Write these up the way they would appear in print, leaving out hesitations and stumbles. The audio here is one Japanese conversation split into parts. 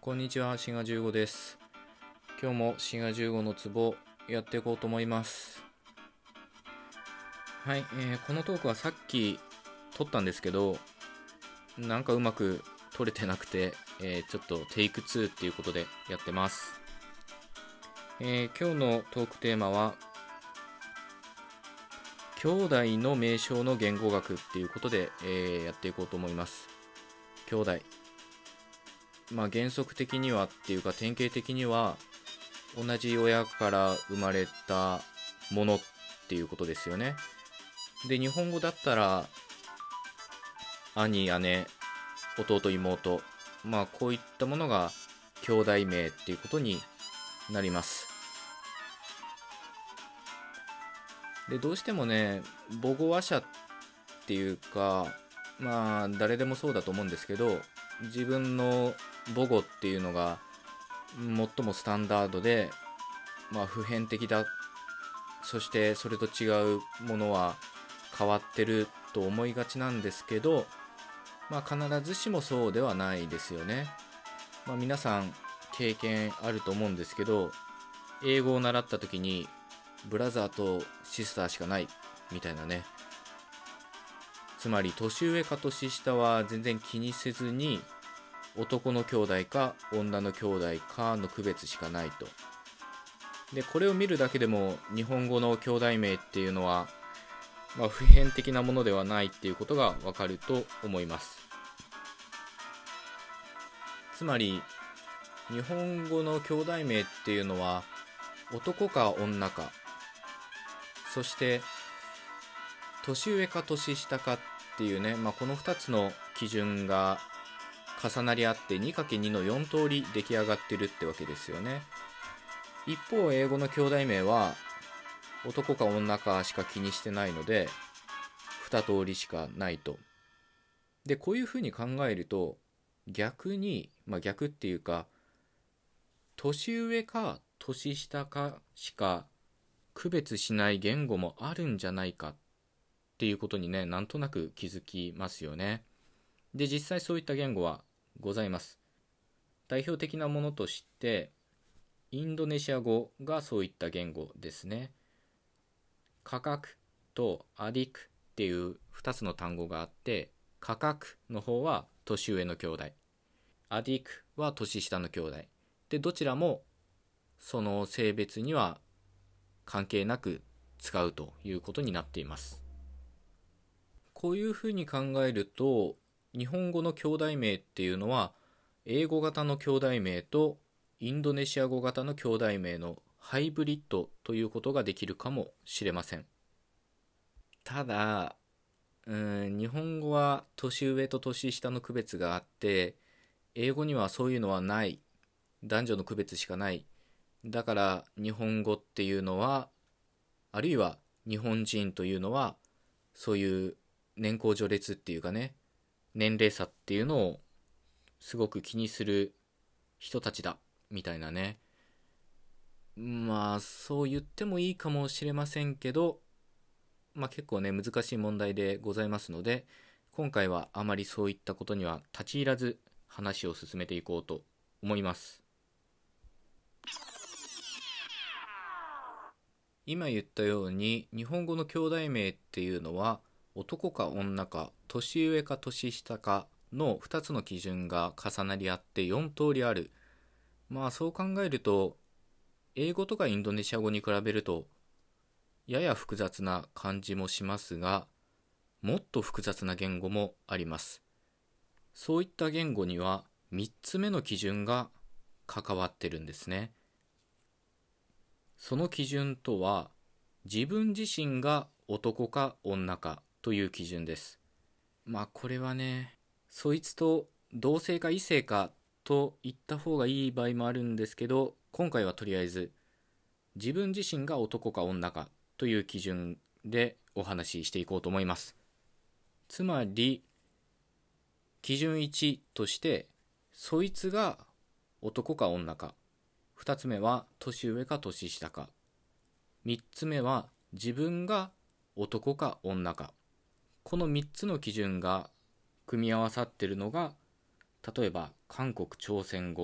こんにちは、シガ15です。今日もシガ15のツボやっていこうと思います。はい、このトークはさっき撮ったんですけど、なんかうまく撮れてなくて、ちょっとテイク2っていうことでやってます。今日のトークテーマは、兄弟の名称の言語学っていうことで、やっていこうと思います。兄弟。原則的にはっていうか典型的には同じ親から生まれたものっていうことですよね。で、日本語だったら兄、姉、弟、妹、こういったものが兄弟名っていうことになります。で、どうしてもね、母語話者っていうか、誰でもそうだと思うんですけど、自分の母語っていうのが最もスタンダードで、普遍的だ、そしてそれと違うものは変わってると思いがちなんですけど、必ずしもそうではないですよね。皆さん経験あると思うんですけど、英語を習った時にブラザーとシスターしかないみたいなね。つまり年上か年下は全然気にせずに、男の兄弟か女の兄弟かの区別しかないと。で、これを見るだけでも日本語の兄弟名っていうのは、普遍的なものではないっていうことがわかると思います。つまり日本語の兄弟名っていうのは男か女か、そして年上か年下かっていうね、この2つの基準が重なり合って 2×2 の4通り出来上がってるってわけですよね。一方、英語の兄弟名は男か女かしか気にしてないので2通りしかないと。で、こういうふうに考えると逆に、逆っていうか、年上か年下かしか区別しない言語もあるんじゃないかっていうことにね、なんとなく気づきますよね。で、実際そういった言語はございます。代表的なものとしてインドネシア語がそういった言語ですね。カカクとアディクっていう2つの単語があって、カカクの方は年上の兄弟、アディクは年下の兄弟で、どちらもその性別には関係なく使うということになっています。こういうふうに考えると、日本語の兄弟名っていうのは英語型の兄弟名とインドネシア語型の兄弟名のハイブリッドということができるかもしれません。ただ、日本語は年上と年下の区別があって、英語にはそういうのはない。男女の区別しかない。だから日本語っていうのは、あるいは日本人というのは、そういう年功序列っていうかね、年齢差っていうのをすごく気にする人たちだみたいなね。そう言ってもいいかもしれませんけど、結構ね、難しい問題でございますので、今回はあまりそういったことには立ち入らず話を進めていこうと思います。今言ったように、日本語の兄弟名っていうのは男か女か年上か年下かの2つの基準が重なり合って4通りある。そう考えると、英語とかインドネシア語に比べるとやや複雑な感じもしますが、もっと複雑な言語もあります。そういった言語には3つ目の基準が関わってるんですね。その基準とは、自分自身が男か女かという基準です。これはね、そいつと同性か異性かと言った方がいい場合もあるんですけど、今回はとりあえず自分自身が男か女かという基準でお話ししていこうと思います。つまり基準1として、そいつが男か女か、2つ目は年上か年下か、3つ目は自分が男か女か、この3つの基準が組み合わさっているのが、例えば韓国朝鮮語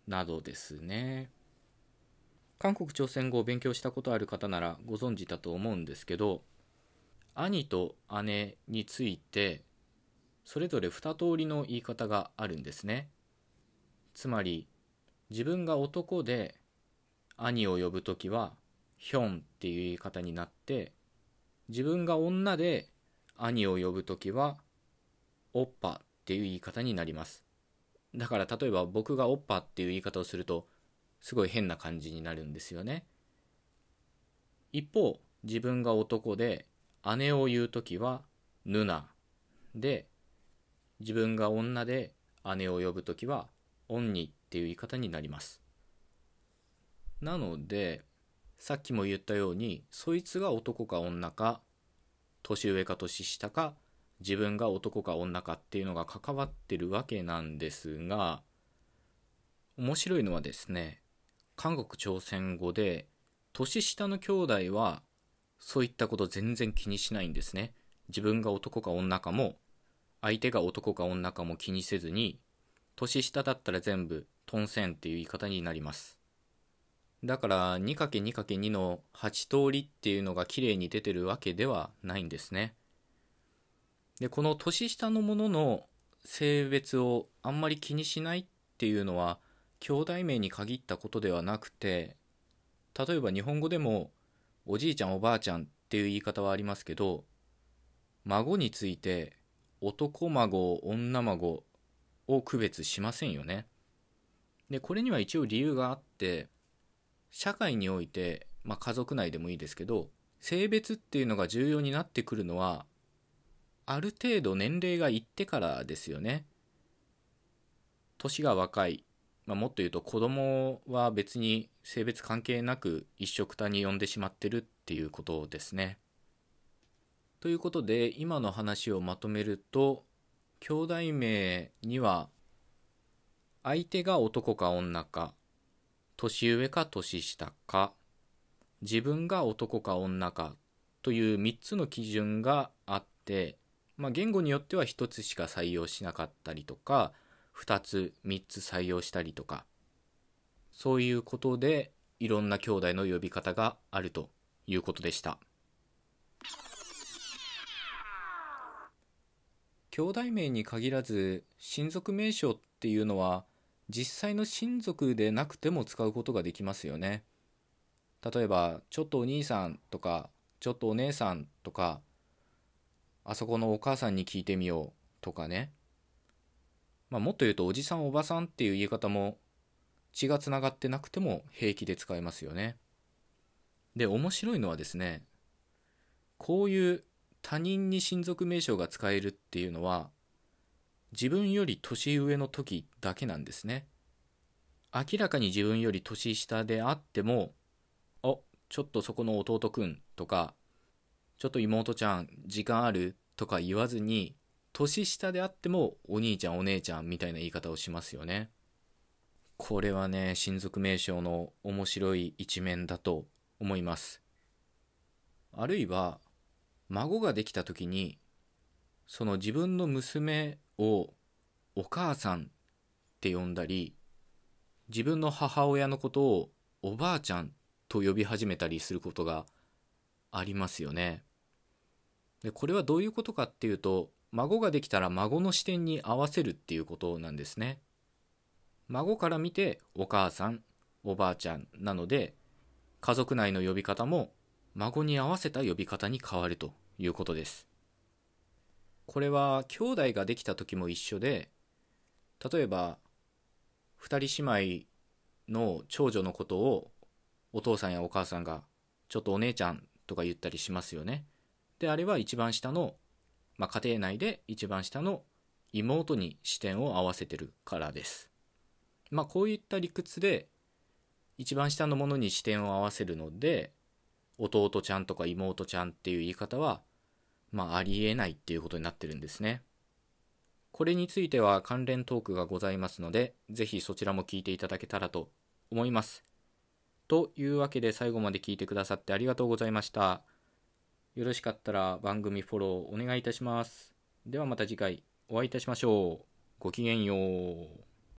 などですね。韓国朝鮮語を勉強したことある方ならご存知だと思うんですけど、兄と姉についてそれぞれ2通りの言い方があるんですね。つまり自分が男で兄を呼ぶときはヒョンっていう言い方になって、自分が女で兄を呼ぶときはオッパっていう言い方になります。だから例えば僕がオッパっていう言い方をするとすごい変な感じになるんですよね。一方、自分が男で姉を言うときはヌナで、自分が女で姉を呼ぶときはオンニっていう言い方になります。なのでさっきも言ったように、そいつが男か女か、年上か年下か、自分が男か女かっていうのが関わってるわけなんですが、面白いのはですね、韓国朝鮮語で年下の兄弟はそういったこと全然気にしないんですね。自分が男か女かも相手が男か女かも気にせずに、年下だったら全部トンセンっていう言い方になります。だから 2×2×2 の8通りっていうのが綺麗に出てるわけではないんですね。で、この年下のものの性別をあんまり気にしないっていうのは兄弟名に限ったことではなくて、例えば日本語でもおじいちゃんおばあちゃんっていう言い方はありますけど、孫について男孫女孫を区別しませんよね。で、これには一応理由があって、社会において、家族内でもいいですけど、性別っていうのが重要になってくるのはある程度年齢がいってからですよね。年が若い、もっと言うと子供は別に性別関係なく一緒くたに呼んでしまってるっていうことですね。ということで今の話をまとめると、兄弟名には相手が男か女か、年上か年下か、自分が男か女かという3つの基準があって、言語によっては1つしか採用しなかったりとか、2つ3つ採用したりとか、そういうことでいろんな兄弟の呼び方があるということでした。兄弟名に限らず親族名称っていうのは実際の親族でなくても使うことができますよね。例えばちょっとお兄さんとかちょっとお姉さんとか、あそこのお母さんに聞いてみようとかね。もっと言うとおじさんおばさんっていう言い方も血がつながってなくても平気で使えますよね。で、面白いのはですね、こういう他人に親族名称が使えるっていうのは自分より年上の時だけなんですね。明らかに自分より年下であっても、ちょっとそこの弟くんとか、ちょっと妹ちゃん時間あるとか言わずに、年下であってもお兄ちゃんお姉ちゃんみたいな言い方をしますよね。これはね、親族名称の面白い一面だと思います。あるいは孫ができた時に、その自分の娘をお母さんって呼んだり、自分の母親のことをおばあちゃんと呼び始めたりすることがありますよね。で、これはどういうことかっていうと、孫ができたら孫の視点に合わせるっていうことなんですね。孫から見てお母さん、おばあちゃんなので、家族内の呼び方も孫に合わせた呼び方に変わるということです。これは兄弟ができた時も一緒で、例えば二人姉妹の長女のことをお父さんやお母さんがちょっとお姉ちゃんとか言ったりしますよね。で、あれは一番下の、家庭内で一番下の妹に視点を合わせてるからです。こういった理屈で一番下のものに視点を合わせるので、弟ちゃんとか妹ちゃんっていう言い方はありえないっていうことになってるんですね。これについては関連トークがございますので、ぜひそちらも聞いていただけたらと思います。というわけで最後まで聞いてくださってありがとうございました。よろしかったら番組フォローお願いいたします。ではまた次回お会いいたしましょう。ごきげんよう。